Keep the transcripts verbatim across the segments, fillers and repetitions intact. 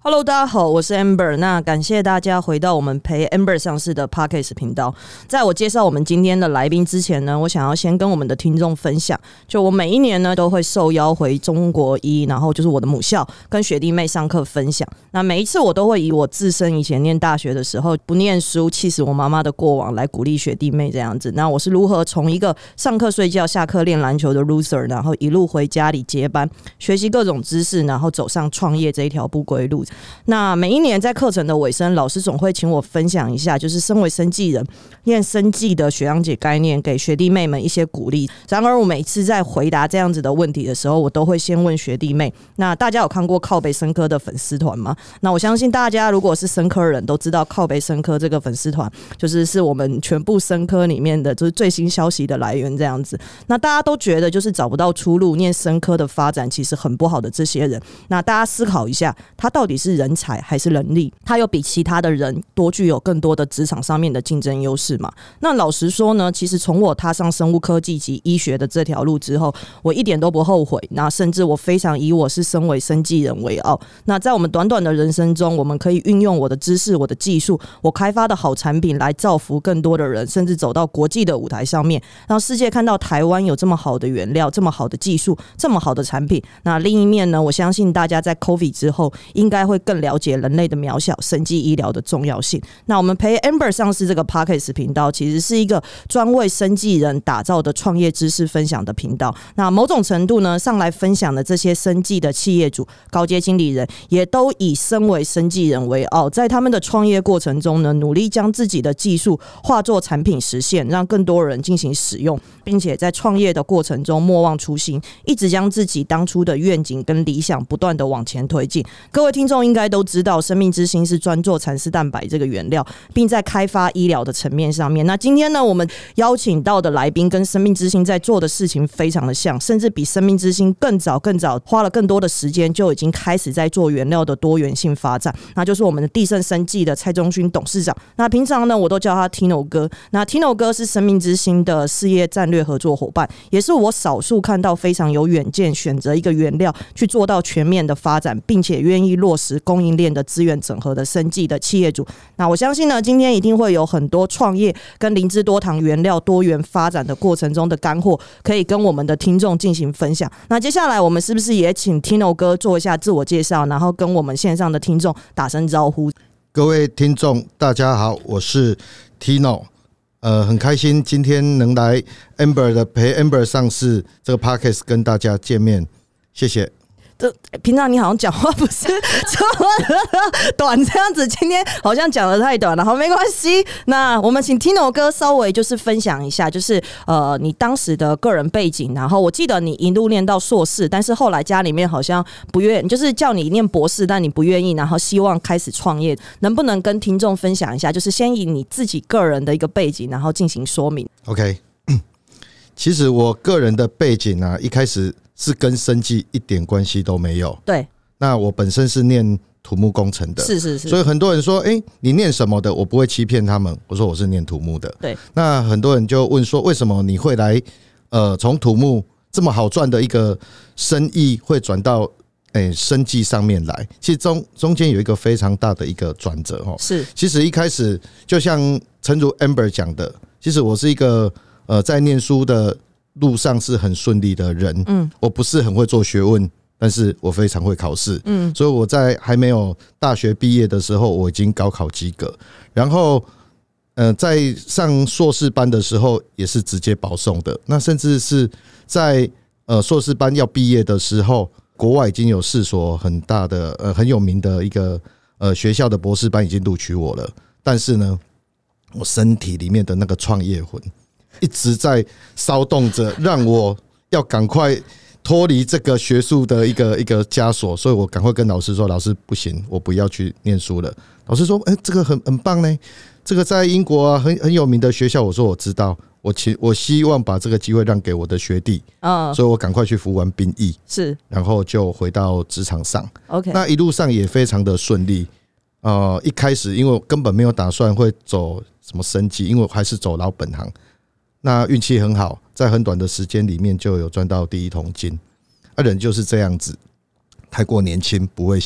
Hello， 大家好，我是 Amber。那感谢大家回到我们陪 Amber 上市的 Podcast 频道。在我介绍我们今天的来宾之前呢，我想要先跟我们的听众分享，就我每一年呢都会受邀回中国一，然后就是我的母校跟学弟妹上课分享。那每一次我都会以我自身以前念大学的时候不念书，气死我妈妈的过往来鼓励学弟妹这样子。那我是如何从一个上课睡觉、下课练篮球的 loser， 然后一路回家里接班，学习各种知识，然后走上创业这一条不归路。那每一年在课程的尾声，老师总会请我分享一下，就是身为生技人念生技的学长姐概念，给学弟妹们一些鼓励。然而我每次在回答这样子的问题的时候，我都会先问学弟妹，那大家有看过靠北生科的粉丝团吗？那我相信大家如果是生科人都知道，靠北生科这个粉丝团就是是我们全部生科里面的就是最新消息的来源这样子。那大家都觉得就是找不到出路，念生科的发展其实很不好的这些人，那大家思考一下，他到底是人才还是人力？他有比其他的人多具有更多的职场上面的竞争优势嘛？那老实说呢，其实从我踏上生物科技及医学的这条路之后，我一点都不后悔。那甚至我非常以我是身为生技人为傲。那在我们短短的人生中，我们可以运用我的知识、我的技术、我开发的好产品来造福更多的人，甚至走到国际的舞台上面，让世界看到台湾有这么好的原料、这么好的技术、这么好的产品。那另一面呢，我相信大家在 COVID 之后应该会更了解人类的渺小，生技医疗的重要性。那我们陪 Amber 上市这个 Podcast 频道其实是一个专为生技人打造的创业知识分享的频道。那某种程度呢，上来分享的这些生技的企业主、高阶经理人，也都以身为生技人为傲，在他们的创业过程中呢，努力将自己的技术化作产品实现，让更多人进行使用，并且在创业的过程中莫忘初心，一直将自己当初的愿景跟理想不断的往前推进。各位听众应该都知道，生命之星是专做蚕丝蛋白这个原料，并在开发医疗的层面上面。那今天呢，我们邀请到的来宾跟生命之星在做的事情非常的像，甚至比生命之星更早更早花了更多的时间就已经开始在做原料的多元性发展。那就是我们的地盛生技的蔡宗勋董事长。那平常呢，我都叫他 Tino 哥。那 Tino 哥是生命之星的事业战略合作伙伴，也是我少数看到非常有远见，选择一个原料去做到全面的发展，并且愿意落实供应链的资源整合的生技的企业主。那我相信呢，今天一定会有很多创业跟灵芝多糖原料多元发展的过程中的干货，可以跟我们的听众进行分享。那接下来我们是不是也请 Tino 哥做一下自我介绍，然后跟我们线上的听众打声招呼？ 各位听众大家好，我是 Tino。呃，很开心今天能来 Amber 的陪 Amber 上市这个 Podcast 跟大家见面，谢谢。 平常你好像讲话不是这么短这样子，今天好像讲得太短了，好，没关系。那我们请 Tino 哥稍微就是分享一下，就是呃你当时的个人背景，然后我记得你一路念到硕士，但是后来家里面好像不愿，就是叫你念博士，但你不愿意，然后希望开始创业，能不能跟听众分享一下？就是先以你自己个人的一个背景，然后进行说明。 OK， 其实我个人的背景啊，一开始是跟生技一点关系都没有。 对， 那我本身是念土木工程的， 是是是， 所以很多人说，哎、欸，你念什么的？我不会欺骗他们，我说我是念土木的。 对，那很多人就问说，为什么你会来？呃，从土木这么好赚的一个生意，会转到哎、欸、生技上面来？其实中中间有一个非常大的一个转折哦。 是， 其实一开始就像诚如 Amber 讲的，其实我是一个呃在念书的路上是很顺利的人，嗯，我不是很会做学问，但是我非常会考试，嗯，所以我在还没有大学毕业的时候，我已经高考及格，然后，呃，在上硕士班的时候也是直接保送的，那甚至是在呃硕士班要毕业的时候，国外已经有四所很大的呃很有名的一个呃学校的博士班已经录取我了，但是呢，我身体里面的那个创业魂一直在骚动着，让我要赶快脱离这个学术的一个一个枷锁，所以我赶快跟老师说：“老师不行，我不要去念书了。”老师说：“哎、欸，这个很很棒呢，这个在英国啊很很有名的学校。”我说：“我知道，我希我希望把这个机会让给我的学弟，嗯，所以我赶快去服完兵役，是，然后就回到职场上。OK， 那一路上也非常的顺利。呃，一开始因为我根本没有打算会走什么生技，因为我还是走老本行。那运气很好，在很短的时间里面就有赚到第一桶金。啊，人就是这样子，太过年轻不会想。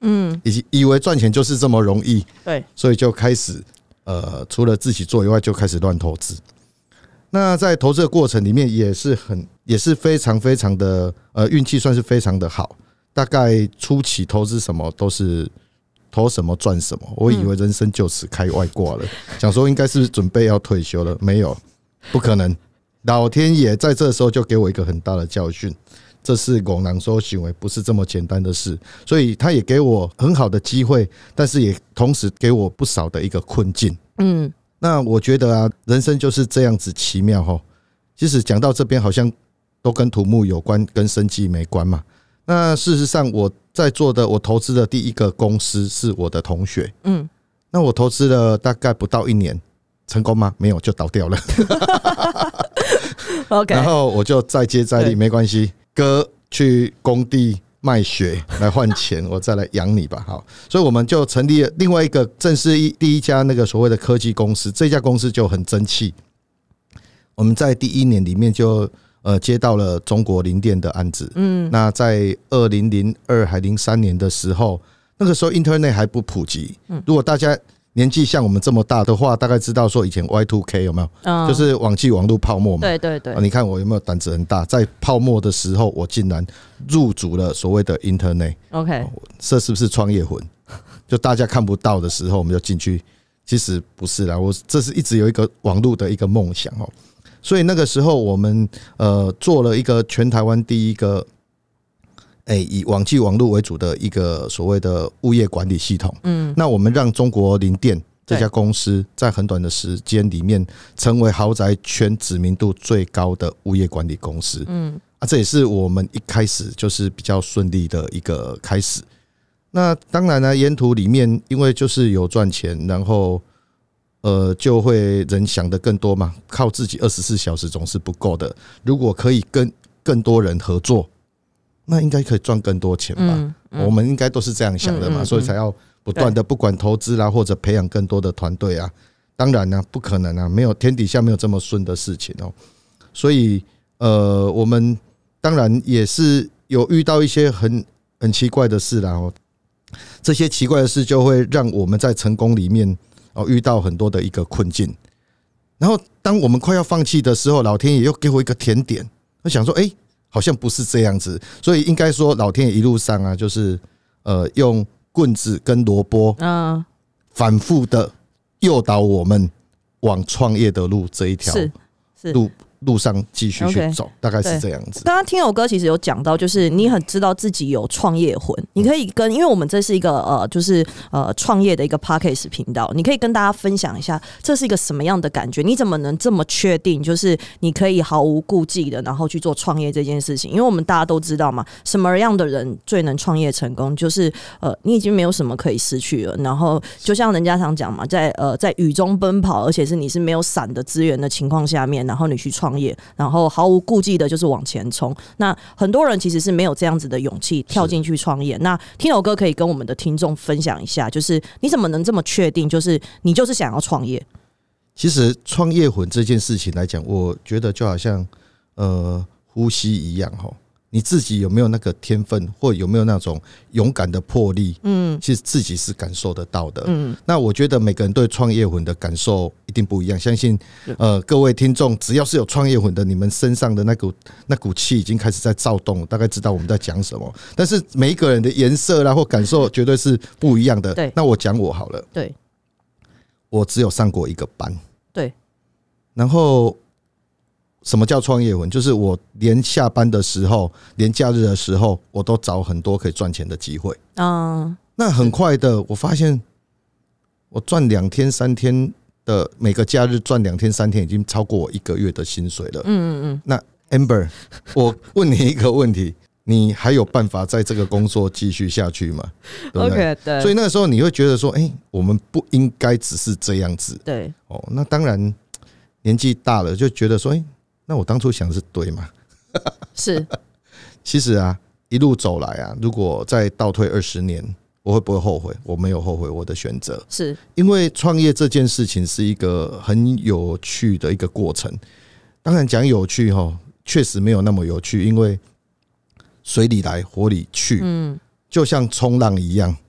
嗯，以以为赚钱就是这么容易， 对， 所以就开始呃，除了自己做以外，就开始乱投资。那在投资的过程里面，也是很也是非常非常的呃运气算是非常的好。大概初期投资什么都是投什么赚什么，我以为人生就此开外挂了，想说应该是准备要退休了，没有，不可能。老天爷在这时候就给我一个很大的教训，这是拱狼说行为不是这么简单的事，所以他也给我很好的机会，但是也同时给我不少的一个困境。嗯，那我觉得啊，人生就是这样子奇妙哈。其实讲到这边好像都跟土木有关，跟生计没关嘛。那事实上我在做的，我投资的第一个公司是我的同学。嗯，那我投资了大概不到一年，成功吗？没有，就倒掉了。 Okay. 然后我就再接再厉，没关系，哥去工地卖血来换钱，我再来养你吧。好，所以我们就成立了另外一个正式第一家那个所谓的科技公司。这家公司就很争气，我们在第一年里面就呃接到了中国零电的案子。嗯，那在二零零二还零三年的时候，那个时候 Internet 还不普及。如果大家年纪像我们这么大的话，大概知道说以前 Y 二 K 有没有？嗯、就是网际网络泡沫嘛。 对对对、 啊。你看我有没有胆子很大？在泡沫的时候，我竟然入主了所谓的 Internet。OK， 这是不是创业魂？就大家看不到的时候，我们就进去。其实不是啦，我这是一直有一个网络的一个梦想哦。所以那个时候我们呃做了一个全台湾第一个。欸、以网际网络为主的一个所谓的物业管理系统。嗯，那我们让中国零电这家公司在很短的时间里面成为豪宅圈知名度最高的物业管理公司。嗯，啊，这也是我们一开始就是比较顺利的一个开始。那当然呢，沿途里面因为就是有赚钱，然后呃就会人想的更多嘛，靠自己二十四小时总是不够的。如果可以跟更多人合作。那应该可以赚更多钱吧、嗯嗯？我们应该都是这样想的嘛，嗯嗯嗯、所以才要不断的不管投资啦，或者培养更多的团队啊。当然呢、啊，不可能啊，没有天底下没有这么顺的事情哦。所以呃，我们当然也是有遇到一些很很奇怪的事啦哦。这些奇怪的事就会让我们在成功里面哦遇到很多的一个困境。然后当我们快要放弃的时候，老天爷又给我一个甜点，我想说，哎、欸。好像不是这样子，所以应该说老天爷一路上啊，就是呃用棍子跟萝卜，嗯，反复的诱导我们往创业的路这一条路路上继续去走， okay, 大概是这样子。 刚刚听友哥其实有讲到，就是你很知道自己有创业魂，你可以跟，因为我们这是一个呃，就是呃创业的一个 podcast 频道，你可以跟大家分享一下，这是一个什么样的感觉？你怎么能这么确定，就是你可以毫无顾忌的，然后去做创业这件事情？因为我们大家都知道嘛，什么样的人最能创业成功？就是呃，你已经没有什么可以失去了，然后就像人家常讲嘛，在呃在雨中奔跑，而且是你是没有伞的资源的情况下面，然后你去创业，然后毫无顾忌的就是往前冲。那很多人其实是没有这样子的勇气跳进去创业。那听友哥可以跟我们的听众分享一下，就是你怎么能这么确定，就是你就是想要创业？ 其实创业魂这件事情来讲，我觉得就好像呃呼吸一样齁。你自己有没有那个天分，或有没有那种勇敢的魄力？嗯，其实自己是感受得到的。嗯，那我觉得每个人对创业魂的感受一定不一样。相信呃各位听众，只要是有创业魂的，你们身上的那股那股气已经开始在躁动，大概知道我们在讲什么。但是每一个人的颜色啦或感受绝对是不一样的。对，那我讲我好了。 对， 我只有上过一个班。 对，然后。什么叫创业魂？就是我连下班的时候，连假日的时候，我都找很多可以赚钱的机会。嗯，那很快的，我发现我赚两天三天的每个假日赚两天三天，已经超过我一个月的薪水了。嗯嗯嗯。那 Amber， 我问你一个问题，你还有办法在这个工作继续下去吗？对不对？ okay, 对。 所以那个时候你会觉得说，哎、欸，我们不应该只是这样子。 对。 哦，那当然年纪大了，就觉得说，哎、欸。那我当初想的是对吗？ 是， 其实啊，一路走来啊，如果再倒退二十年，我会不会后悔？我没有后悔我的选择， 是因为创业这件事情是一个很有趣的一个过程。当然讲有趣哈，确实没有那么有趣，因为水里来火里去，嗯，就像冲浪一样，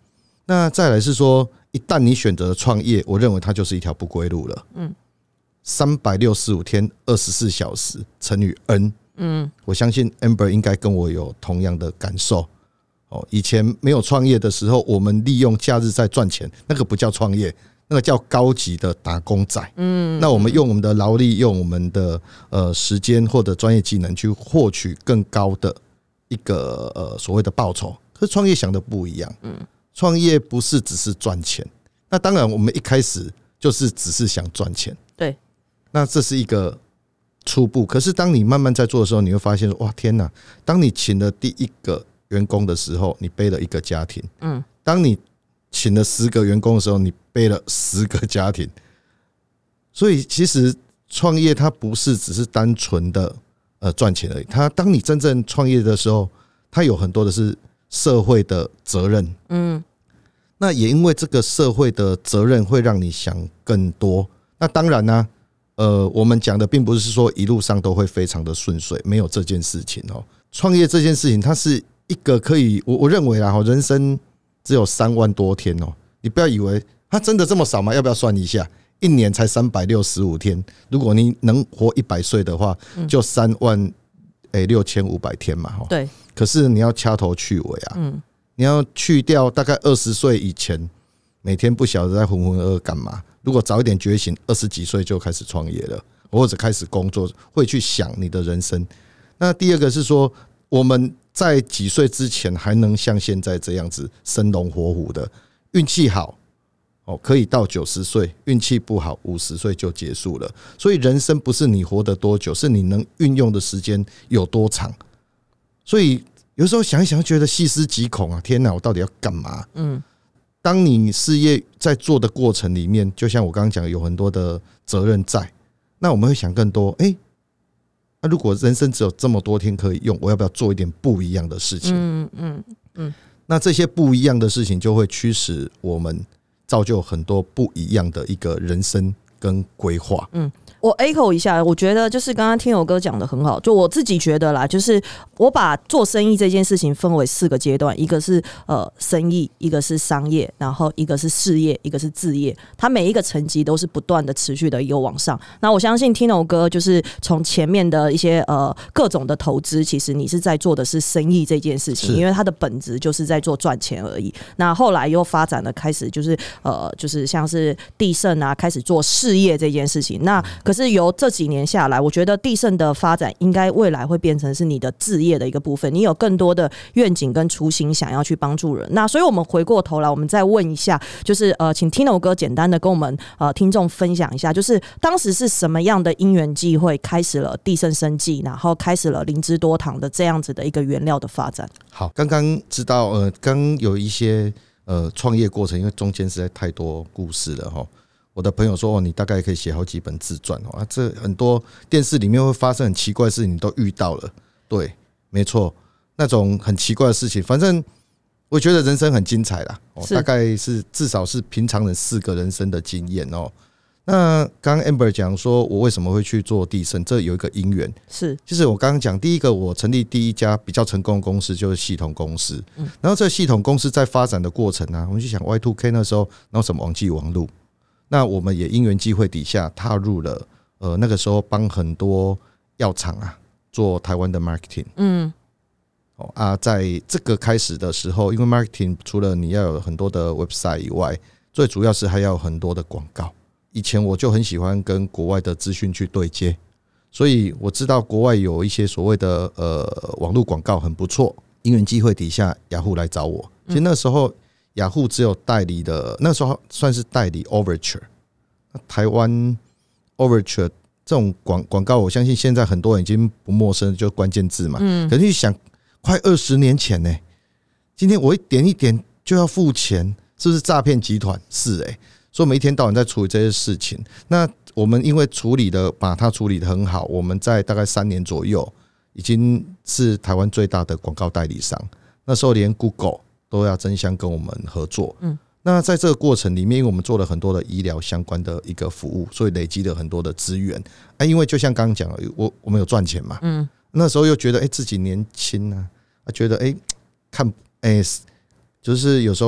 那再来是说，一旦你选择创业，我认为它就是一条不归路了。嗯，三百六十五天，二十四小时乘以 N。嗯，我相信 Amber 应该跟我有同样的感受。哦，以前没有创业的时候，我们利用假日在赚钱，那个不叫创业，那个叫高级的打工仔。嗯，那我们用我们的劳力，用我们的呃时间或者专业技能去获取更高的一个呃所谓的报酬。可是创业想的不一样。嗯，创业不是只是赚钱。那当然，我们一开始就是只是想赚钱。 对， 那这是一个初步。可是当你慢慢在做的时候，你会发现说，哇，天哪！当你请了第一个员工的时候，你背了一个家庭。嗯，当你请了十个员工的时候，你背了十个家庭。所以其实创业它不是只是单纯的呃赚钱而已。它当你真正创业的时候，它有很多的是社会的责任。嗯，那也因为这个社会的责任会让你想更多。那当然呢、啊。呃，我们讲的并不是说一路上都会非常的顺遂，没有这件事情哦。创业这件事情，它是一个可以，我我认为啦，人生只有三万多天哦。你不要以为它真的这么少吗？要不要算一下？一年才三百六十五天，如果你能活一百岁的话，就三万诶六千五百天嘛。 对。 可是你要掐头去尾啊，嗯，你要去掉大概二十岁以前每天不晓得在浑浑噩噩干嘛。如果早一点觉醒，二十几岁就开始创业了，或者开始工作，会去想你的人生。那第二个是说，我们在几岁之前还能像现在这样子生龙活虎的，运气好哦，可以到九十岁；运气不好，五十岁就结束了。所以人生不是你活得多久，是你能运用的时间有多长。所以有时候想一想，觉得细思极恐啊！天哪，我到底要干嘛？嗯。当你事业在做的过程里面，就像我刚刚讲，有很多的责任在，那我们会想更多。哎、欸，那如果人生只有这么多天可以用，我要不要做一点不一样的事情？嗯嗯嗯。那这些不一样的事情，就会驱使我们造就很多不一样的一个人生跟规划。嗯。 我 echo 一下，我觉得就是刚刚听友哥讲的很好，就我自己觉得啦，就是我把做生意这件事情分为四个阶段，一个是呃生意，一个是商业，然后一个是事业，一个是志业，它每一个层级都是不断的持续的一个往上。那我相信听友哥就是从前面的一些呃各种的投资，其实你是在做的是生意这件事情，因为它的本质就是在做赚钱而已。那后来又发展了开始就是呃就是像是地盛啊，开始做事业这件事情。那可是由这几年下来，我觉得地盛的发展应该未来会变成是你的志业的一个部分，你有更多的愿景跟初心想要去帮助人。那所以我们回过头来，我们再问一下，就是呃，请 Tino 哥简单的跟我们呃听众分享一下，就是当时是什么样的因缘际会开始了地盛生技，然后开始了灵芝多糖的这样子的一个原料的发展。 好，刚刚知道呃，刚有一些呃创业过程，因为中间实在太多故事了哈。我的朋友说：“哦，你大概可以写好几本自传哦。啊，这很多电视里面会发生很奇怪的事情，你都遇到了。对，没错，那种很奇怪的事情，反正我觉得人生很精彩啦。哦，大概是至少是平常人四个人生的经验哦。那刚刚 Amber 讲说，我为什么会去做地盛，这有一个因缘。 是， 就是我刚刚讲，第一个我成立第一家比较成功的公司就是系统公司。嗯，然后这个系统公司在发展的过程啊，我们就想 Y 二 K 那时候，然后什么网际网路。”那我们也因缘际会底下踏入了，呃，那个时候帮很多药厂啊做台湾的 marketing， 嗯，哦啊，在这个开始的时候，因为 marketing 除了你要有很多的 website 以外，最主要是还要有很多的广告。以前我就很喜欢跟国外的资讯去对接，所以我知道国外有一些所谓的呃网络广告很不错，因缘际会底下雅虎来找我，其实那时候。雅虎只有代理的，那时候算是代理 Overture， 台湾 Overture 这种广广告，我相信现在很多人已经不陌生，就关键字嘛。嗯。可是你想，快二十年前呢、欸，今天我一点一点就要付钱，是不是诈骗集团？是哎、欸，所以我们一天到晚在处理这些事情。那我们因为处理的把它处理得很好，我们在大概三年左右，已经是台湾最大的广告代理商。那时候连 Google。都要争相跟我们合作。嗯，那在这个过程里面，因为我们做了很多的医疗相关的一个服务，所以累积了很多的资源。啊，因为就像刚刚讲的，我我们有赚钱嘛。嗯，那时候又觉得哎、欸、自己年轻啊，啊觉得哎、欸、看哎、欸、就是有时候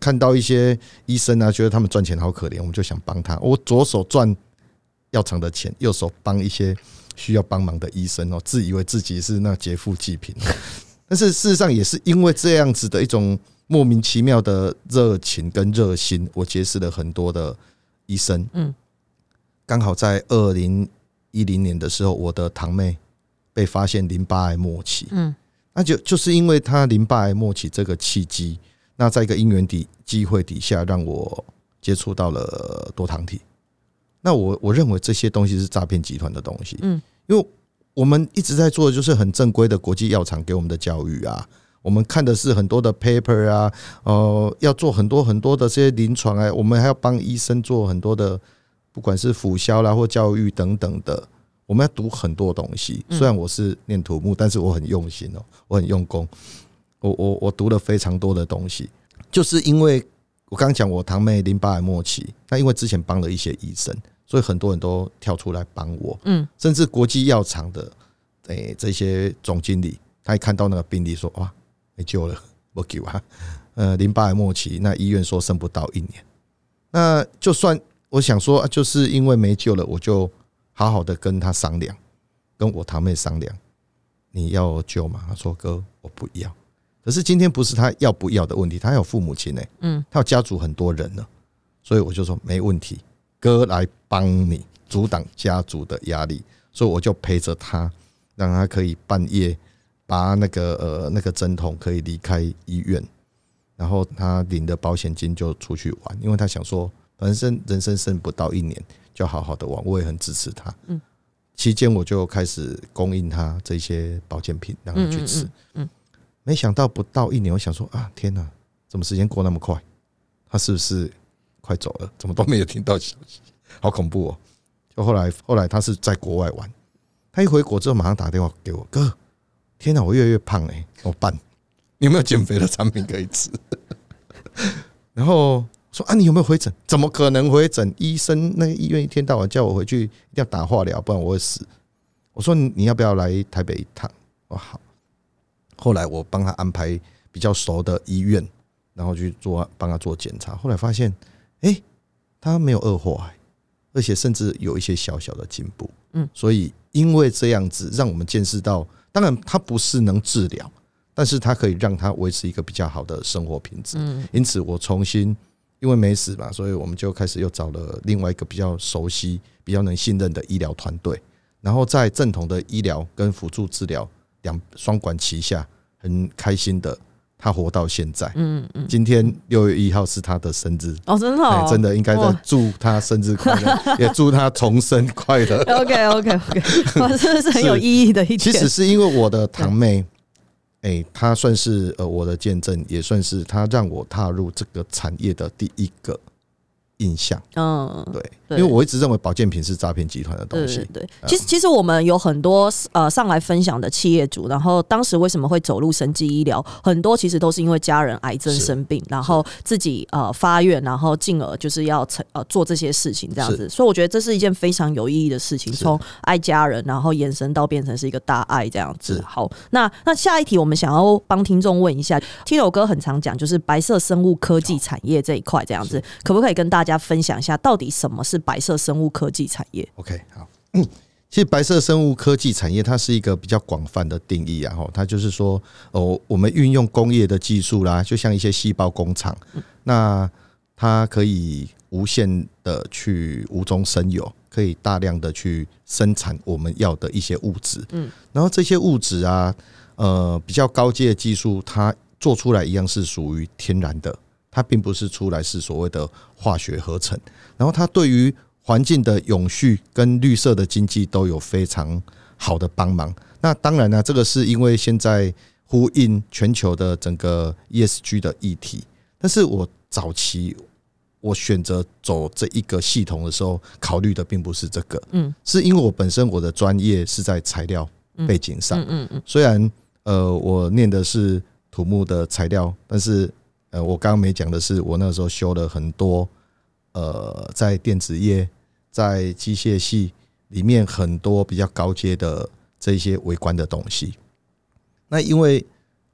看到一些医生啊，觉得他们赚钱好可怜，我们就想帮他。我左手赚药厂的钱，右手帮一些需要帮忙的医生哦，自以为自己是那劫富济贫。但是事实上也是因为这样子的一种莫名其妙的热情跟热心，我结识了很多的医生。嗯，刚好在二零一零年的时候，我的堂妹被发现淋巴癌末期。嗯，那就就是因为她淋巴癌末期这个契机，那在一个因缘底机会底下，让我接触到了多糖体。那我我认为这些东西是诈骗集团的东西。嗯，因为我们一直在做的就是很正规的国际药厂给我们的教育啊。我们看的是很多的 paper 啊，呃，要做很多很多的这些临床啊，我们还要帮医生做很多的，不管是辅销啦或教育等等的，我们要读很多东西。虽然我是念土木，但是我很用心哦，我很用功，我我我读了非常多的东西，就是因为我刚讲我堂妹淋巴癌末期，那因为之前帮了一些医生，所以很多人都跳出来帮我，嗯，甚至国际药厂的诶这些总经理，他一看到那个病例说哇。没救了，没救啊！呃，淋巴癌末期，那医院说剩不到一年。那就算我想说，就是因为没救了，我就好好的跟他商量，跟我堂妹商量，你要救吗？他说哥，我不要。可是今天不是他要不要的问题，他有父母亲呢、欸，嗯，他有家族很多人了，所以我就说没问题，哥来帮你阻挡家族的压力，所以我就陪着他，让他可以半夜。把那个呃那个针筒可以离开医院，然后他领的保险金就出去玩，因为他想说，反正人生剩不到一年，就好好的玩，我也很支持他。嗯，期间我就开始供应他这些保健品，让他去吃。嗯嗯嗯嗯、没想到不到一年，我想说啊，天哪，怎么时间过那么快？他是不是快走了？怎么都没有听到消息？好恐怖哦！就后来后来他是在国外玩，他一回国之后马上打电话给我哥。天哪，我越来越胖哎、欸，怎么办？你有没有减肥的产品可以吃？然后说啊，你有没有回诊？怎么可能回诊？医生那个医院一天到晚叫我回去，一定要打化疗，不然我会死。我说你要不要来台北一趟？哦好。后来我帮他安排比较熟的医院，然后去做帮他做检查。后来发现，哎、欸，他没有恶化、欸，而且甚至有一些小小的进步。嗯，所以因为这样子，让我们见识到。当然，它不是能治疗，但是它可以让他维持一个比较好的生活品质。因此，我重新因为没死嘛，所以我们就开始又找了另外一个比较熟悉、比较能信任的医疗团队，然后在正统的医疗跟辅助治疗两双管齐下，很开心的。他活到现在，嗯嗯，今天六月一号是他的生日哦，真的、哦， 真的应该在祝他生日快乐，也祝他重生快乐。 OK OK OK， 哇，真的是很有意义的一天。 其实是因为我的堂妹，哎、欸，她算是呃我的见证，也算是她让我踏入这个产业的第一个印象。嗯，对，因为我一直认为保健品是诈骗集团的东西。 对对对，其实其实我们有很多呃上来分享的企业主，然后当时为什么会走入生技医疗，很多其实都是因为家人癌症生病，然后自己呃发愿，然后进而就是要呃做这些事情这样子。所以我觉得这是一件非常有意义的事情，从爱家人，然后延伸到变成是一个大爱这样子。好，那那下一题我们想要帮听众问一下 ，Tito 哥很常讲就是白色生物科技产业这一块这样子，可不可以跟大家分享一下，到底什么是白色生物科技产业 ？OK， 好，嗯，其实白色生物科技产业它是一个比较广泛的定义啊，它就是说，哦，我们运用工业的技术啦，就像一些细胞工厂，那它可以无限的去无中生有，可以大量的去生产我们要的一些物质，嗯，然后这些物质啊，呃，比较高阶的技术，它做出来一样是属于天然的。它并不是出来是所谓的化学合成，然后它对于环境的永续跟绿色的经济都有非常好的帮忙。那当然呢，这个是因为现在呼应全球的整个 E S G 的议题，但是我早期我选择走这一个系统的时候，考虑的并不是这个，嗯，是因为我本身我的专业是在材料背景上，嗯嗯嗯，虽然呃我念的是土木的材料，但是呃，我刚刚没讲的是，我那时候修了很多，呃，在电子业、在机械系里面很多比较高阶的这些微观的东西。那因为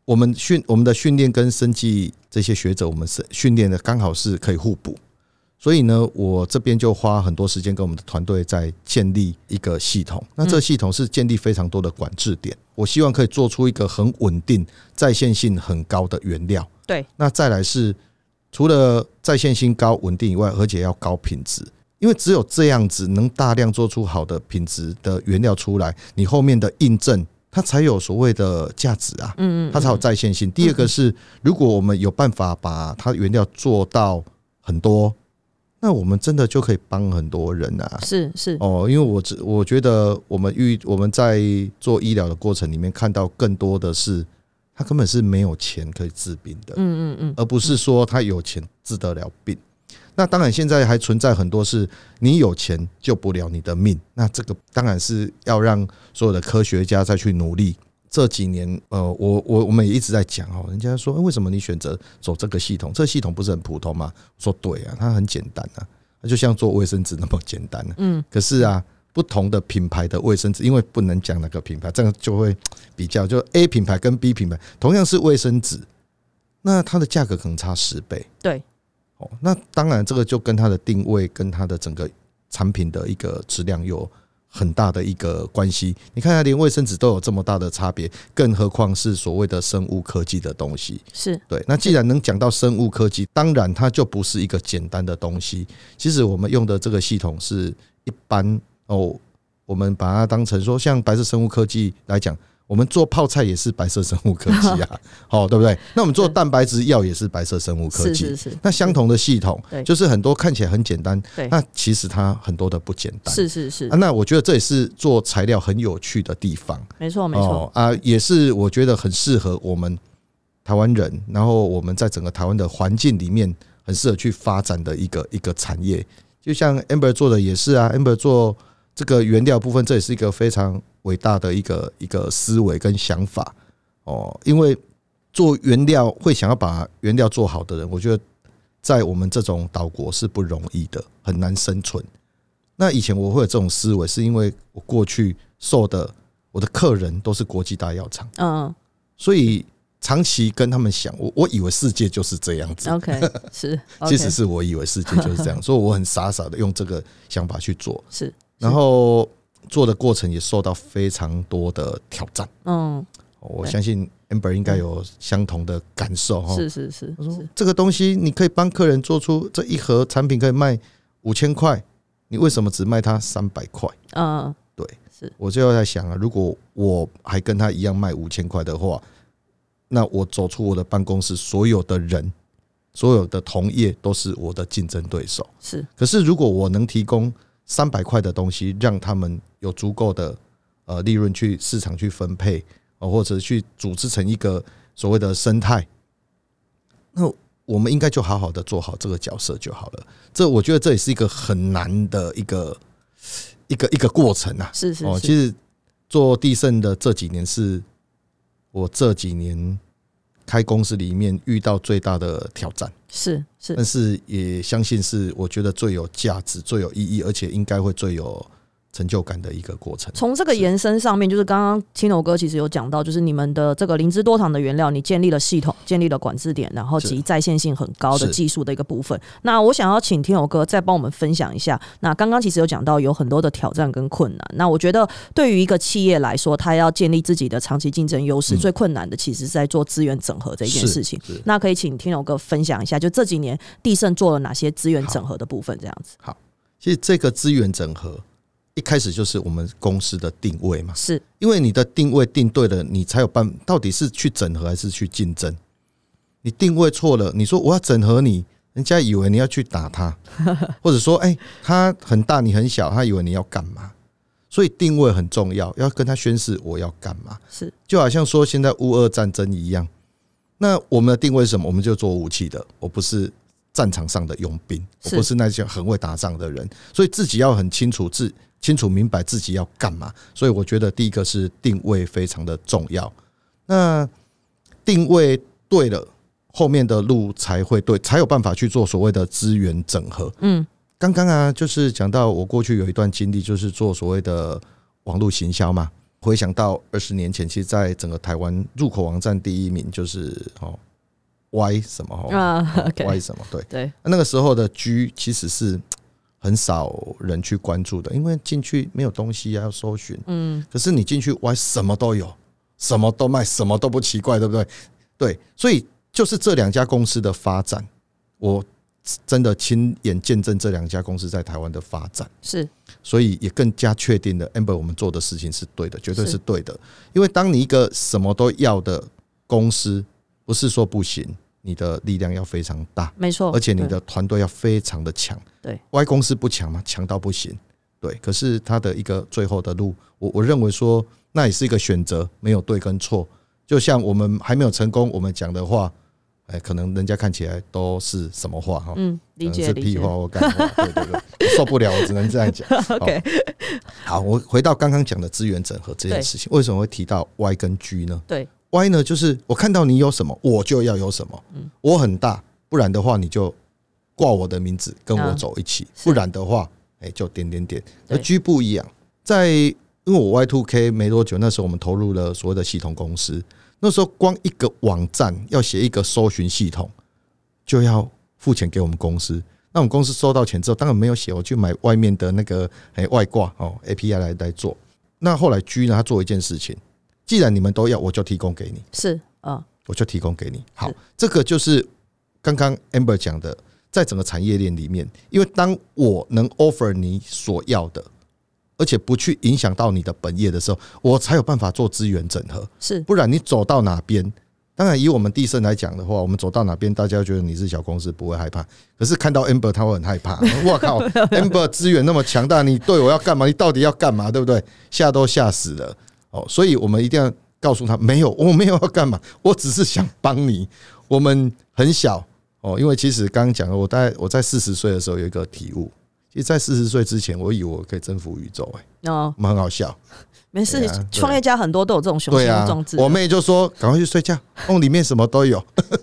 我们训我们的训练跟生技这些学者，我们是训练的刚好是可以互补，所以呢，我这边就花很多时间跟我们的团队在建立一个系统。那这个系统是建立非常多的管制点，我希望可以做出一个很稳定、在线性很高的原料。 对， 那再来是除了在线性高、稳定以外，而且要高品质。因为只有这样子能大量做出好的品质的原料出来，你后面的印证它才有所谓的价值啊，它才有在线性。第二个是，如果我们有办法把它原料做到很多，那我们真的就可以帮很多人啊。 是是哦，因为我我觉得我们遇我们在做医疗的过程里面看到更多的是，他根本是没有钱可以治病的，嗯嗯嗯，而不是说他有钱治得了病。那当然，现在还存在很多是你有钱救不了你的命，那这个当然是要让所有的科学家再去努力。这几年，呃，我我我们也一直在讲哦，人家说为什么你选择走这个系统？这个系统不是很普通吗？我说对啊，它很简单啊，它就像做卫生纸那么简单啊。嗯，可是啊，不同的品牌的卫生纸，因为不能讲哪个品牌，这样就会比较，就 A 品牌跟 B 品牌同样是卫生纸，那它的价格可能差十倍。 对。 哦，那当然，这个就跟它的定位、跟它的整个产品的一个质量有很大的一个关系。你看，它连卫生纸都有这么大的差别，更何况是所谓的生物科技的东西。 是对。那既然能讲到生物科技，当然它就不是一个简单的东西。其实我们用的这个系统是一般哦，我们把它当成说，像白色生物科技来讲。我们做泡菜也是白色生物科技啊，哦，对不对？那我们做蛋白质药也是白色生物科技，是是是。那相同的系统，就是很多看起来很简单，那其实它很多的不简单，是是是。那我觉得这也是做材料很有趣的地方， 没错没错啊，也是我觉得很适合我们台湾人，然后我们在整个台湾的环境里面很适合去发展的一个一个产业。就像 Amber 做的也是啊 ，Amber 做这个原料部分，这也是一个非常伟大的一个一个思维跟想法哦，因为做原料会想要把原料做好的人，我觉得在我们这种岛国是不容易的，很难生存。那以前我会有这种思维，是因为我过去受的我的客人都是国际大药厂，嗯，所以长期跟他们想，我我以为世界就是这样子 ，OK， 是， 其实是我以为世界就是这样，所以我很傻傻的用这个想法去做， 是。 然后做的过程也受到非常多的挑战。嗯，我相信 Amber 应该有相同的感受。 是是是， 我说这个东西你可以帮客人做出这一盒产品可以卖五千块，你为什么只卖他三百块？嗯，对，是。我最后在想啊，如果我还跟他一样卖五千块的话，那我走出我的办公室，所有的人，所有的同业都是我的竞争对手。是。可是如果我能提供三百块的东西，让他们有足够的呃利润去市场去分配，或者去组织成一个所谓的生态，那我们应该就好好的做好这个角色就好了。这我觉得这也是一个很难的一个一个一个过程啊。 是是是。 其实做地盛的这几年，是我这几年开公司里面遇到最大的挑战。是是，但是也相信是我觉得最有价值、最有意义，而且应该会最有成就感的一个过程。 从这个延伸上面，就是刚刚Tino哥其实有讲到，就是你们的这个灵芝多糖的原料，你建立了系统，建立了管制点，然后及在线性很高的技术的一个部分。那我想要请Tino哥再帮我们分享一下。那刚刚其实有讲到有很多的挑战跟困难。那我觉得对于一个企业来说，它要建立自己的长期竞争优势，嗯、最困难的其实是在做资源整合这一件事情。那可以请Tino哥分享一下，就这几年地盛做了哪些资源整合的部分，这样子。 好，其实这个资源整合。一开始就是我们公司的定位嘛，是因为你的定位定对了，你才有办法，到底是去整合还是去竞争？你定位错了，你说我要整合你，人家以为你要去打他，或者说，哎、欸，他很大你很小，他以为你要干嘛？所以定位很重要，要跟他宣示我要干嘛。是，就好像说现在乌俄战争一样，那我们的定位是什么？我们就做武器的，我不是战场上的佣兵，我不是那些很会打仗的人，所以自己要很清楚自。清楚明白自己要干嘛，所以我觉得第一个是定位非常的重要。那定位对了，后面的路才会对，才有办法去做所谓的资源整合。嗯，刚刚啊，就是讲到我过去有一段经历，就是做所谓的网络行销嘛， 回想到二十年前，其实在整个台湾入口网站第一名就是哦 Y 什么哦、uh, okay. Y 什么对对， 那个时候的 G 其实是很少人去关注的，因为进去没有东西啊，要搜寻。嗯，可是你进去 Y 什么都有，什么都卖，什么都不奇怪，对不对？对，所以就是这两家公司的发展，我真的亲眼见证这两家公司在台湾的发展， 是， 所以也更加确定了 Amber 我们做的事情是对的，绝对是对的。因为当你一个什么都要的公司，不是说不行，你的力量要非常大， 没错， 而且你的团队要非常的强。 对 ，Y 公司不强吗？强到不行。对，可是他的一个最后的路，我我认为说那也是一个选择，没有对跟错。就像我们还没有成功，我们讲的话，哎，可能人家看起来都是什么话哈？ 嗯，理解， 是屁话或干话，对对对，我受不了，我只能这样讲。 OK， 好，我回到刚刚讲的资源整合这件事情，为什么会提到 Y 跟 G 呢？ 对 ，Y 呢，就是我看到你有什么，我就要有什么，嗯、我很大，不然的话你就挂我的名字跟我走一起，啊、不然的话，哎，就点点点。而 G 不一样，在因为我 Y 二 K 没多久，那时候我们投入了所谓的系统公司。那时候光一个网站要写一个搜寻系统，就要付钱给我们公司。那我们公司收到钱之后，当然没有写，我去买外面的那个外挂 A P I 来来做。那后来 G 呢，他做一件事情，既然你们都要，我就提供给你， 是啊， 我就提供给你。好，这个就是刚刚 Amber 讲的，在整个产业链里面，因为当我能 offer 你所要的，而且不去影响到你的本业的时候，我才有办法做资源整合。是，不然你走到哪边，当然以我们地盛来讲的话，我们走到哪边，大家觉得你是小公司不会害怕，可是看到 Amber 他会很害怕。我靠，Amber 资源那么强大，你对我要干嘛？你到底要干嘛？对不对？吓都吓死了。哦，所以我们一定要告诉他，没有，我没有要干嘛，我只是想帮你。我们很小哦，因为其实刚刚讲了，我大概我在四十岁的时候有一个体悟。其实在四十岁之前，我以为我可以征服宇宙、欸，哦，我们很好笑。 没事，创、啊、业家很多都有这种雄心壮志、 啊。我妹就说：“赶快去睡觉，梦里面什么都有。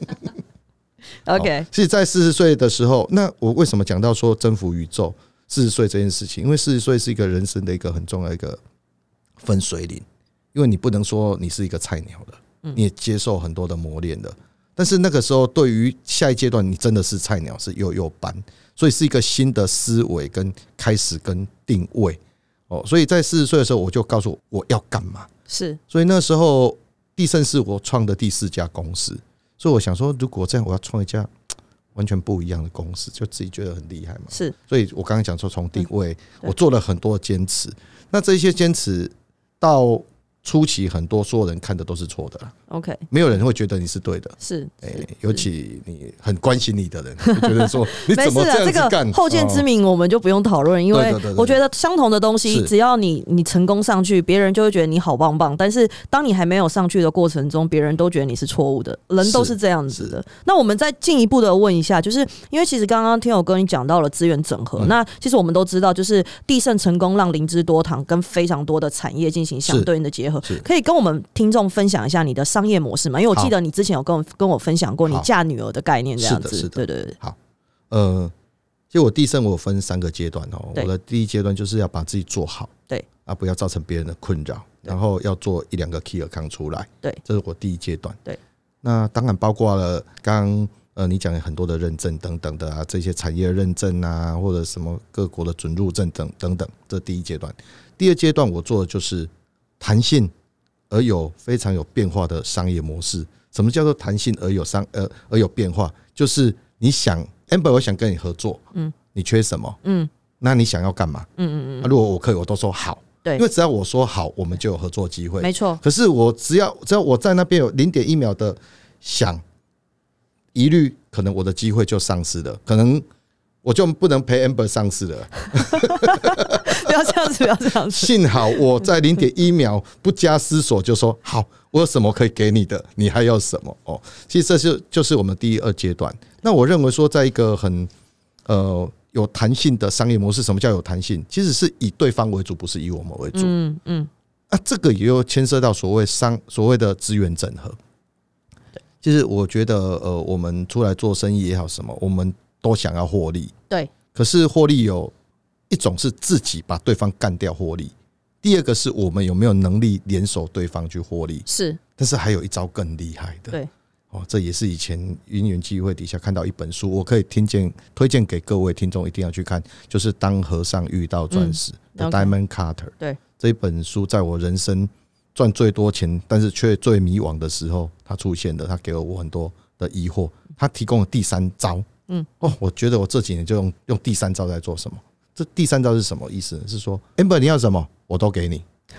”OK， 其实，在四十岁的时候，那我为什么讲到说征服宇宙？四十岁这件事情，因为四十岁是一个人生的一个很重要的一个分水岭，因为你不能说你是一个菜鸟了，你也接受很多的磨练了。但是那个时候，对于下一阶段，你真的是菜鸟，是幼幼班。所以是一个新的思维跟开始跟定位哦，所以在四十岁的时候，我就告诉我我要干嘛。是，所以那时候地盛是我创的第四家公司，所以我想说，如果这样，我要创一家完全不一样的公司，就自己觉得很厉害嘛。是，所以我刚刚讲说，从定位，我做了很多坚持，那这些坚持到初期很多所有人看的都是错的 ，OK， 没有人会觉得你是对的，是，欸、尤其你很关心你的人，会觉得说你怎么这样子干？ 这个后见之明我们就不用讨论，因为我觉得相同的东西，只要你你成功上去，别人就会觉得你好棒棒。但是当你还没有上去的过程中，别人都觉得你是错误的，人都是这样子的。那我们再进一步的问一下，就是因为其实刚刚天友哥你讲到了资源整合，嗯、那其实我们都知道，就是地盛成功让灵芝多糖跟非常多的产业进行相对应的结合。可以跟我们听众分享一下你的商业模式吗？因为我记得你之前有跟我跟我分享过你嫁女儿的概念，这样子。是的，是的，对对对。 好，呃，其实我地盛我有分三个阶段哦。我的第一阶段就是要把自己做好，对啊，不要造成别人的困扰，然后要做一两个 key account 出来，对，这是我第一阶段。对，那当然包括了刚刚呃你讲的很多的认证等等的啊，这些产业认证啊，或者什么各国的准入证等等等，这第一阶段。第二阶段我做的就是弹性而有非常有变化的商业模式。什么叫做弹性而有商呃而有变化？就是你想 Amber 我想跟你合作，嗯，你缺什么？嗯，那你想要干嘛？嗯嗯嗯、啊。如果我可以，我都说好。对，因为只要我说好，我们就有合作机会。没错。可是我只要只要我在那边有零点一秒的想疑虑，可能我的机会就丧失了，可能我就不能陪 Amber 上市了。 不要这样子，不要这样子。 幸好我在零点一秒不加思索就说好，我有什么可以给你的，你还要什么？哦，其实这是就是我们第二阶段。那我认为说，在一个很呃有弹性的商业模式，什么叫有弹性？其实是以对方为主，不是以我们为主。嗯嗯。啊，这个也有牵涉到所谓商所谓的资源整合。其实我觉得，呃，我们出来做生意也好，什么，我们都想要获利。对。可是获利有一种是自己把对方干掉获利， 第二个是我们有没有能力联手对方去获利。 是， 但是还有一招更厉害的， 对。 哦，这也是以前因缘际会底下看到一本书，我可以听见推荐给各位听众一定要去看，就是《当和尚遇到钻石》的 Diamond Cutter。对，这一本书在我人生赚最多钱，但是却最迷惘的时候，它出现的，它给了我很多的疑惑。它提供了第三招，嗯，哦，我觉得我这几年就用用第三招在做什么？这第三招是什么意思呢？是说 ，Amber 你要什么，我都给你。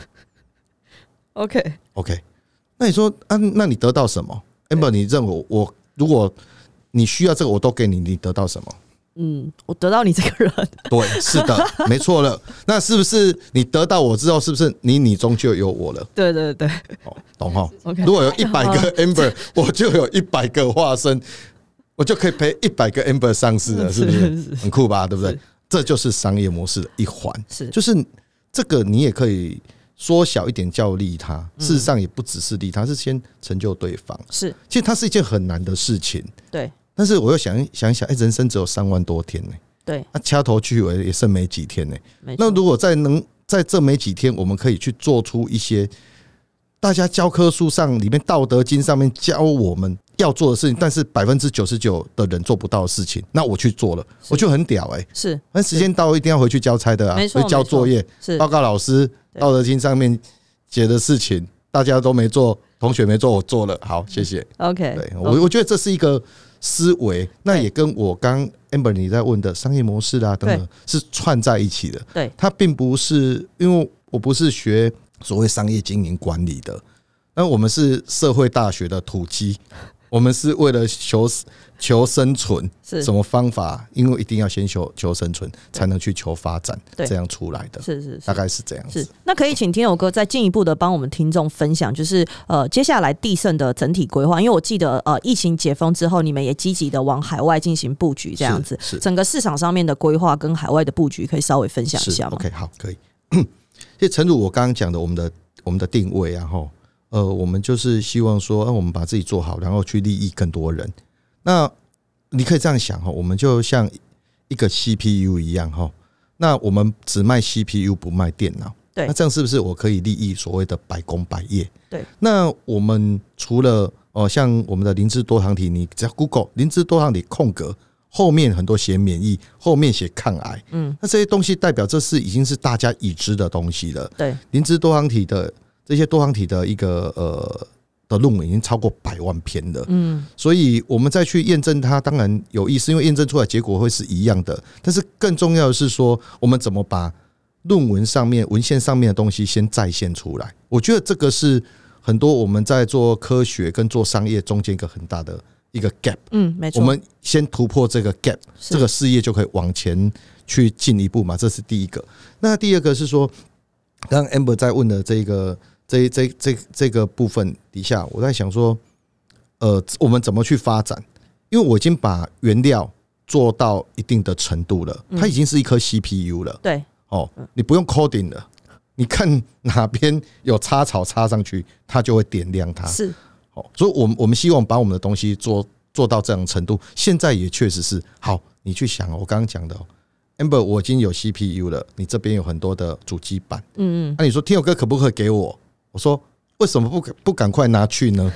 OK OK， 那你说啊，那你得到什么？Amber， 你认为我如果你需要这个，我都给你，你得到什么？ 嗯，我得到你这个人。 对，是的，没错了。那是不是你得到我之后，是不是你你中就有我了？ 对对对， 哦，懂哈。如果有一百个 Amber， 我就有一百个化身，我就可以陪一百个 Amber 上市了，是不是？很酷吧？对不对？这就是商业模式的一环，是就是这个你也可以。缩小一点叫利他，事实上也不只是利他，是先成就对方。是，其实它是一件很难的事情。对，但是我又想想一想，哎，人生只有三万多天呢。对，那掐头去尾也剩没几天呢。那如果在能在这没几天，我们可以去做出一些大家教科书上里面《道德经》上面教我们要做的事情，但是百分之九十九的人做不到的事情，那我去做了，我就很屌哎、欸！是，那时间到一定要回去交差的啊，回去交作业，报告老师，《道德经》上面写的事情，大家都没做，同学没做，我做了，好，谢谢。OK， 对我我觉得这是一个思维，那也跟我刚 Amber 你在问的商业模式啊等等是串在一起的。对，它并不是因为我不是学所谓商业经营管理的，那我们是社会大学的土鸡。我们是为了求求生存，什么方法？因为一定要先求求生存，才能去求发展，这样出来的。是是，大概是这样子。是，那可以请天友哥再进一步的帮我们听众分享，就是呃接下来地盛的整体规划。因为我记得呃疫情解封之后，你们也积极的往海外进行布局，这样子。是，整个市场上面的规划跟海外的布局，可以稍微分享一下吗 ？OK， 好，可以。其实诚如我刚刚讲的，我们的我们的定位啊，吼。呃，我们就是希望说，啊，我们把自己做好，然后去利益更多人。那你可以这样想哈，我们就像一个 C P U 一样哈，那我们只卖 C P U 不卖电脑，对，那这样是不是我可以利益所谓的百工百业？对，那我们除了哦，像我们的灵芝多糖体，你只要 Google 灵芝多糖体空格后面很多写免疫，后面写抗癌，嗯，那这些东西代表这是已经是大家已知的东西了。对，灵芝多糖体的。这些多糖体的一个呃的论文已经超过百万篇了，嗯，所以我们再去验证它，当然有意思，因为验证出来结果会是一样的。但是更重要的是说，我们怎么把论文上面、文献上面的东西先再现出来？我觉得这个是很多我们在做科学跟做商业中间一个很大的一个 gap。嗯，没错。我们先突破这个 gap， 这个事业就可以往前去进一步嘛，这是第一个。那第二个是说，刚刚 Amber 在问的这个。这这这这个部分底下，我在想说，呃，我们怎么去发展？因为我已经把原料做到一定的程度了，它已经是一颗 C P U 了。对，哦，你不用 coding 了，你看哪边有插槽插上去，它就会点亮它。是，哦，所以我们我们希望把我们的东西做做到这样的程度。现在也确实是好，你去想，我刚刚讲的。Amber， 我已经有 C P U 了，你这边有很多的主机板，嗯嗯，那、啊、你说天友哥可不可以给我？我说为什么不不赶快拿去呢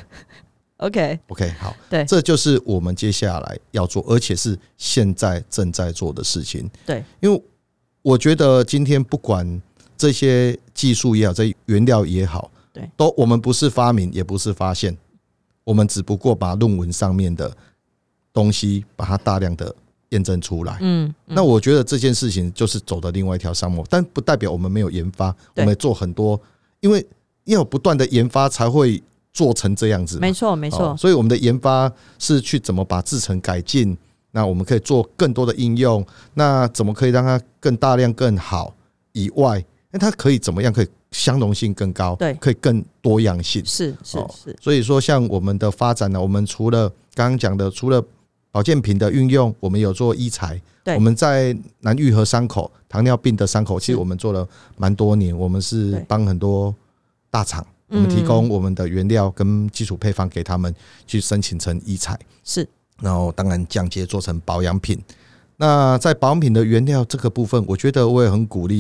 ？OK OK 好，对，这就是我们接下来要做，而且是现在正在做的事情。对，因为我觉得今天不管这些技术也好，这原料也好，对，都我们不是发明，也不是发现，我们只不过把论文上面的东西把它大量的验证出来。嗯，那我觉得这件事情就是走的另外一条商模，但不代表我们没有研发，我们做很多，因为。要有不断的研发才会做成这样子，没错没错。所以我们的研发是去怎么把制程改进，那我们可以做更多的应用，那怎么可以让它更大量更好以外，那它可以怎么样可以相容性更高，对，可以更多样性，是是是。所以说像我们的发展呢，我们除了刚刚讲的，除了保健品的运用，我们有做医材，我们在难愈合伤口、糖尿病的伤口，其实我们做了蛮多年，我们是帮很多。大厂，我们提供我们的原料跟基础配方给他们去申请成医材，是，然后当然降阶做成保养品。那在保养品的原料这个部分，我觉得我也很鼓励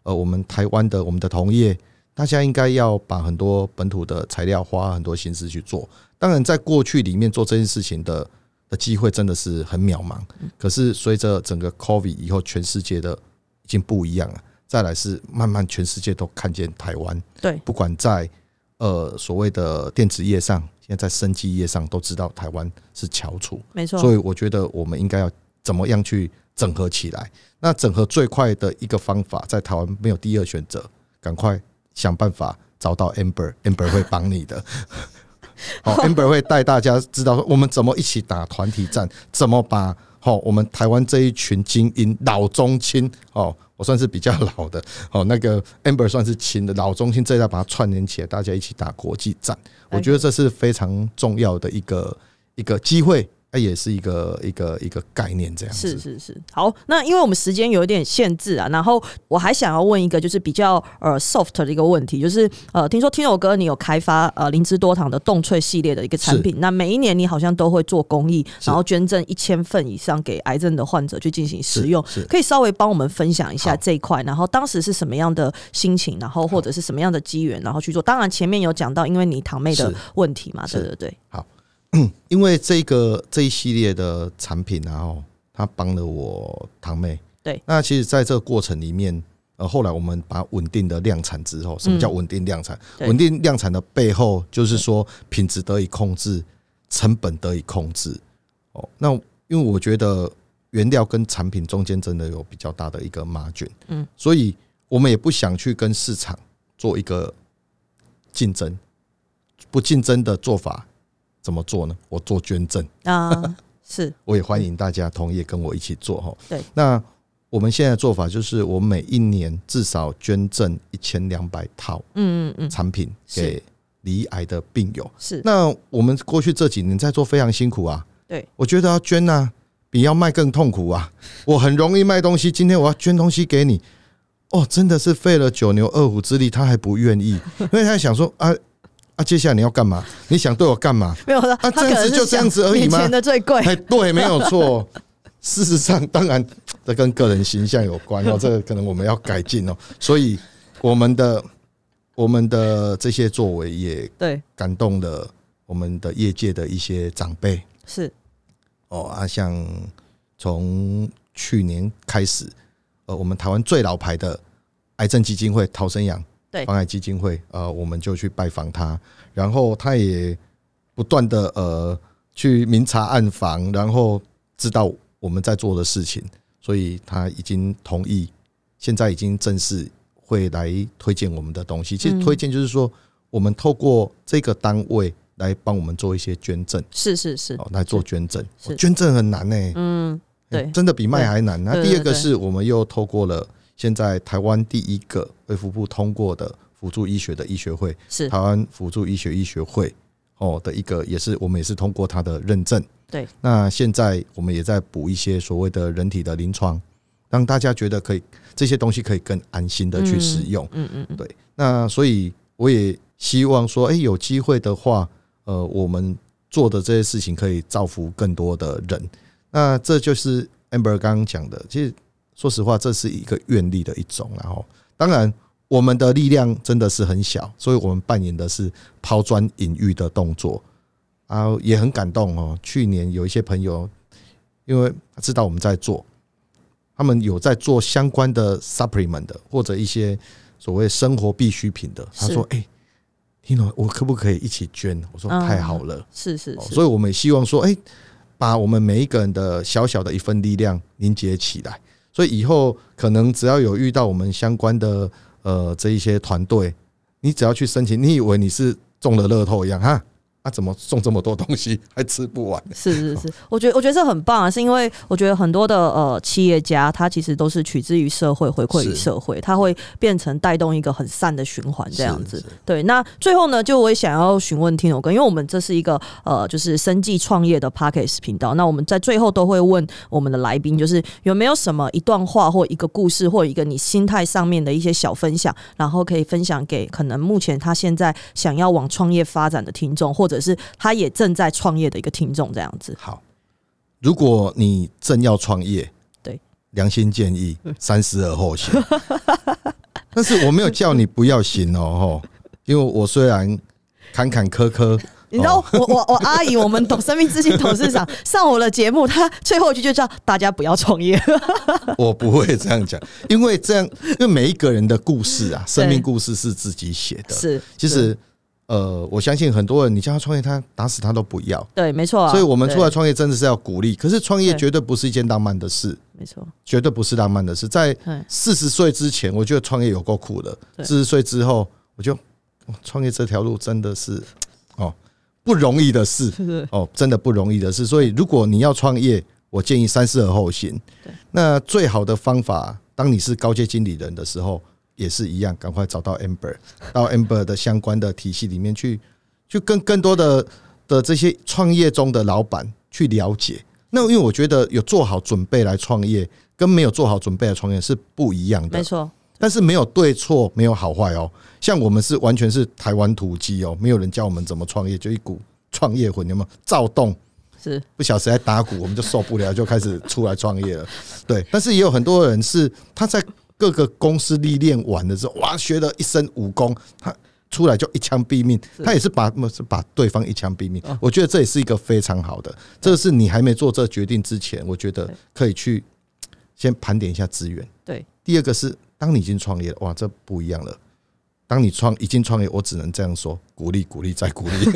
呃，我们台湾的我们的同业，大家应该要把很多本土的材料花很多心思去做。当然，在过去里面做这件事情的的机会真的是很渺茫。可是随着整个 COVID 以后，全世界的已经不一样了。再来是慢慢全世界都看见台湾， 对， 不管在呃所谓的电子业上，现在在生技业上都知道台湾是翘楚， 没错。 所以我觉得我们应该要怎么样去整合起来？那整合最快的一个方法，在台湾没有第二选择，赶快想办法找到 Amber，Amber 会帮你的。好 ，Amber 会带大家知道说我们怎么一起打团体战，怎么把我们台湾这一群精英老中青，我算是比较老的，那个 Amber 算是轻的，老中青这一代把它串联起来，大家一起打国际战，我觉得这是非常重要的一个一个机会。也是一个一个一个概念，这样子。 是是是，好，那因为我们时间有一点限制啊，然后我还想要问一个就是比较呃 soft 的一个问题，就是呃，听说 Tino 哥你有开发呃灵芝多糖的冻萃系列的一个产品，那每一年你好像都会做公益，然后捐赠一千份以上给癌症的患者去进行使用，可以稍微帮我们分享一下这一块，然后当时是什么样的心情，然后或者是什么样的机缘，然后去做。当然前面有讲到，因为你堂妹的问题嘛，对对对， 好。因为这个这一系列的产品啊，他帮了我堂妹。 对， 那其实在这个过程里面，呃，后来我们把稳定的量产之后，什么叫稳定量产？稳、嗯、定量产的背后就是说品质得以控制，成本得以控制。哦，那因为我觉得原料跟产品中间真的有比较大的一个 margin， 嗯，所以我们也不想去跟市场做一个竞争，不竞争的做法。怎么做呢？我做捐赠啊，是，我也欢迎大家同业跟我一起做哈。 对， 那我们现在的做法就是，我每一年至少捐赠一千两百套嗯嗯产品给罹癌的病友。是，那我们过去这几年在做非常辛苦啊。对，我觉得要捐啊，比要卖更痛苦啊。我很容易卖东西，今天我要捐东西给你，哦，真的是费了九牛二虎之力，他还不愿意，因为他想说啊。啊，接下来你要干嘛？你想对我干嘛？ 没有的， 啊，这样子就这样子而已吗？ 你钱的最贵， 哎，对，没有错。事实上，当然这跟个人形象有关哦，这个可能我们要改进哦。所以，我们的我们的这些作为也对感动了我们的业界的一些长辈。是哦啊，像从去年开始，呃，我们台湾最老牌的癌症基金会陶生阳。防癌基金会，呃，我们就去拜访他，然后他也不断的呃去明察暗访，然后知道我们在做的事情，所以他已经同意，现在已经正式会来推荐我们的东西。其实推荐就是说，我们透过这个单位来帮我们做一些捐赠， 是是是， 哦、来做捐赠、哦。捐赠很难呢、欸，嗯，对，真的比卖还难。那第二个是我们又透过了。现在台湾第一个卫福部通过的辅助医学的医学会是台湾辅助医学医学会哦的一个，也是我们也是通过它的认证。对，那现在我们也在补一些所谓的人体的临床，让大家觉得可以这些东西可以更安心的去使用。嗯嗯嗯，对。那所以我也希望说，哎、欸，有机会的话，呃，我们做的这些事情可以造福更多的人。那这就是 Amber 刚刚讲的，其实。说实话，这是一个愿力的一种，然后当然我们的力量真的是很小，所以我们扮演的是抛砖引玉的动作啊，也很感动哦。去年有一些朋友，因为他知道我们在做，他们有在做相关的 supplement 的或者一些所谓生活必需品的，他说：“哎、欸、，Tino， 我可不可以一起捐？”我说：“太好了。嗯”是是是，所以我们也希望说，哎、欸，把我们每一个人的小小的一份力量凝结起来。所以以后可能只要有遇到我们相关的呃这一些团队，你只要去申请，你以为你是中了乐透一样哈？啊，怎么送这么多东西还吃不完？ 是是是，我觉得我觉得这很棒啊，是因为我觉得很多的呃企业家，他其实都是取之于社会，回馈于社会，他会变成带动一个很善的循环这样子。对，那最后呢，就我也想要询问Tino哥，因为我们这是一个呃就是生技创业的 Podcast 频道，那我们在最后都会问我们的来宾，就是有没有什么一段话或一个故事或一个你心态上面的一些小分享，然后可以分享给可能目前他现在想要往创业发展的听众，或者是他也正在创业的一个听众这样子。 好，如果你正要创业，对，良心建议三思而后行。 但是我没有叫你不要行哦，因为我虽然坎坎坷坷。 你知道我我我阿姨，我们懂生命之星董事长上我的节目，他最后一句就叫大家不要创业。 我不会这样讲，因为这样，因为每一个人的故事啊，生命故事是自己写的。是，其实呃，我相信很多人，你叫他创业，他打死他都不要。 对，没错、啊。 所以我们出来创业真的是要鼓励，可是创业绝对不是一件浪漫的事。 没错， 绝对不是浪漫的事。在四十岁之前，我觉得创业有够苦的；四十岁之后，我就创业这条路真的是哦。不容易的事哦，真的不容易的事。所以，如果你要创业，我建议三思而后行。那最好的方法，当你是高阶经理人的时候，也是一样，赶快找到 Amber， 到 Amber 的相关的体系里面去，去跟更多的的这些创业中的老板去了解。那因为我觉得有做好准备来创业，跟没有做好准备来创业是不一样的。 没错。 但是没有对错，没有好坏哦。像我们是完全是台湾土鸡哦，没有人教我们怎么创业，就一股创业魂，有没有躁动？是不晓得谁在打鼓，我们就受不了，就开始出来创业了。对，但是也有很多人是他在各个公司历练完的时候，哇，学了一身武功，他出来就一枪毙命，他也是把是把对方一枪毙命。我觉得这也是一个非常好的，这是你还没做这决定之前，我觉得可以去先盘点一下资源。对，第二个是。当你已经创业了，哇，这不一样了。当你创已经创业，我只能这样说：鼓励，鼓励，再鼓励。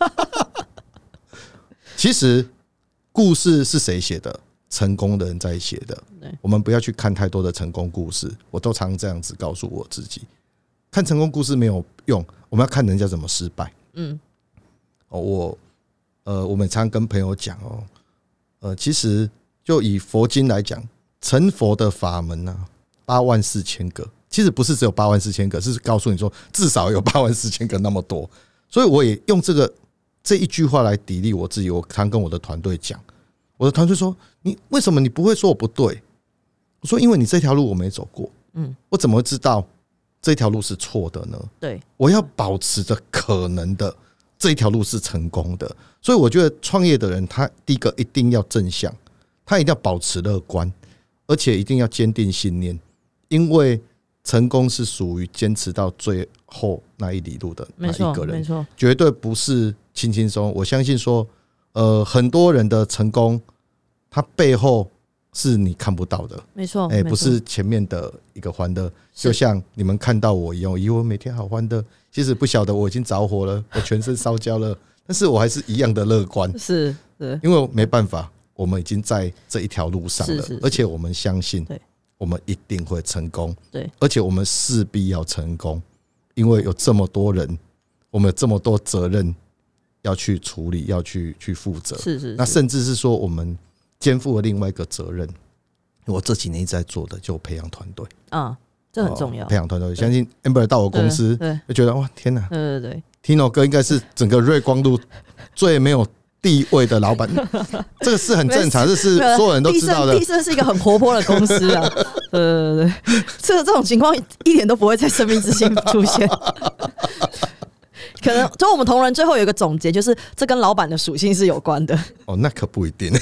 其实故事是谁写的？成功的人在写的。我们不要去看太多的成功故事，我都常这样子告诉我自己：看成功故事没有用，我们要看人家怎么失败。嗯，哦，我呃，我们常跟朋友讲哦，呃，其实就以佛经来讲，成佛的法门啊。八万四千个，其实不是只有八万四千个，是告诉你说至少有八万四千个那么多。所以我也用这个这一句话来砥砺我自己。我常跟我的团队讲，我的团队说：“你为什么你不会说我不对？”我说：“因为你这条路我没走过，嗯，我怎么会知道这条路是错的呢？对，我要保持着可能的这一条路是成功的。所以我觉得创业的人，他第一个一定要正向，他一定要保持乐观，而且一定要坚定信念。”因为成功是属于坚持到最后那一里路的那一个人，绝对不是轻轻松。我相信说，呃，很多人的成功，他背后是你看不到的，没错，哎，不是前面的一个欢乐。就像你们看到我一样，以为我每天好欢乐，其实不晓得我已经着火了，我全身烧焦了，但是我还是一样的乐观，是，是，因为没办法，我们已经在这一条路上了，而且我们相信。我们一定会成功，对，而且我们势必要成功，因为有这么多人，我们有这么多责任要去处理，要去去负责，是 是, 是。那甚至是说，我们肩负了另外一个责任。我这几年一直在做的，就培养团队啊，这很重要。培养团队，相信 Amber 到我公司，就觉得哇，天哪，对对对 ，Tino 哥应该是整个瑞光路最没有地位的老板，这个是很正常，这是所有人都知道的。地盛是一个很活泼的公司啊，对对对，这这种情况一点都不会在生命之星出现。可能就我们同仁最后有一个总结，就是这跟老板的属性是有关的。哦，那可不一定。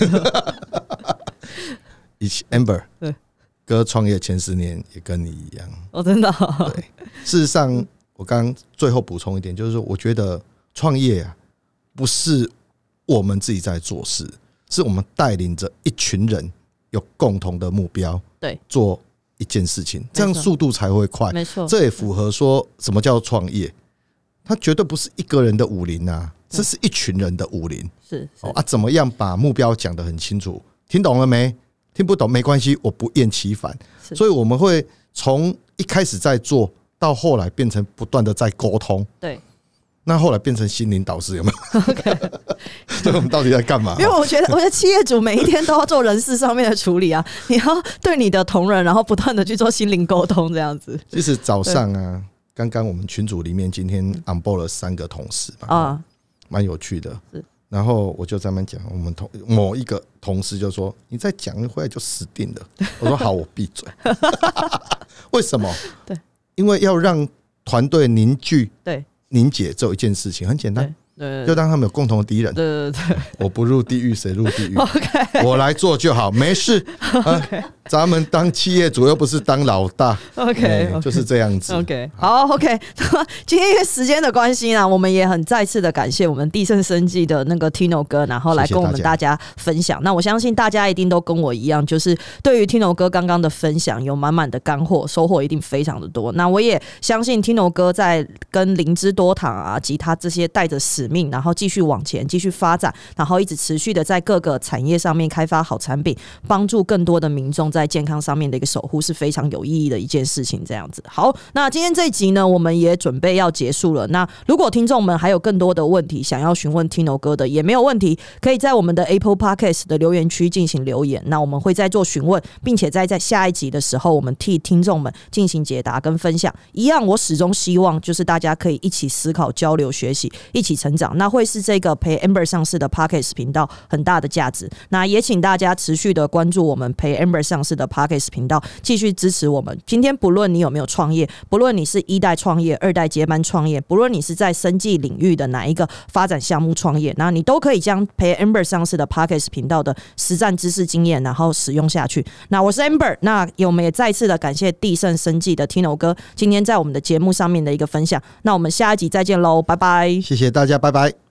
以前 Amber 哥创业前十年也跟你一样。哦，真的哦。对，事实上，我刚刚最后补充一点，就是说，我觉得创业啊，不是我们自己在做事，是我们带领着一群人有共同的目标，对，做一件事情，这样速度才会快。没错，这也符合说什么叫创业。它绝对不是一个人的武林啊，这是一群人的武林。是, 是、哦、啊，怎么样把目标讲得很清楚？听懂了没？听不懂没关系，我不厌其烦。所以我们会从一开始在做到后来变成不断的在沟通。对。那后来变成心灵导师有没有 ？OK， 所以我们到底在干嘛？因为我觉得，我觉得企业主每一天都要做人事上面的处理啊，你要对你的同仁，然后不断的去做心灵沟通，这样子。其实早上啊，刚刚我们群组里面今天 onboard 了三个同事嘛，啊，蛮有趣的。然后我就在那边讲，我们同某一个同事就说：“你再讲回来就死定了。”我说：“好，我闭嘴。”为什么？对，因为要让团队凝聚，对。凝结只有一件事情，很简单， 对， 就让他们有共同的敌人。 对对对， 我不入地狱谁入地狱 ？OK， 我来做就好，没事。OK，、啊、咱们当企业主又不是当老大。 OK，, 欸、 okay 就是这样子。 OK， 好 OK。今天因为时间的关系呢，我们也很再次的感谢我们地盛生技的那个 Tino 哥，然后来跟我们大家分享。那我相信大家一定都跟我一样，就是对于 Tino 哥刚刚的分享有满满的干货，收获一定非常的多。那我也相信 Tino 哥在跟灵芝多糖啊及他这些带着使命，然后继续往前，继续发展，然后一直持续的在各个产业上面开发好产品，帮助更多的民众在健康上面的一个守护，是非常有意义的一件事情。这样子，好，那今天这一集呢，我们也准备要结束了。那如果听众们还有更多的问题想要询问 Tino 哥的，也没有问题，可以在我们的 Apple Podcast 的留言区进行留言。那我们会再做询问，并且在在下一集的时候，我们替听众们进行解答跟分享。一样，我始终希望就是大家可以一起思考、交流、学习，一起成长。那会是这个陪 Amber 上市的 Podcast 频道很大的价值。那也请大家持续的关注我们陪 Amber 上市的 Podcast 频道，继续支持我们。今天不论你有没有创业，不论你是一代创业、二代接班创业，不论你是在生技领域的哪一个发展项目创业，那你都可以将陪 Amber 上市的 Podcast 频道的实战知识经验，然后使用下去。那我是 Amber， 那我们也再次的感谢地盛生技的 Tino 哥今天在我们的节目上面的一个分享。那我们下一集再见喽，拜拜！ 谢谢大家，拜拜。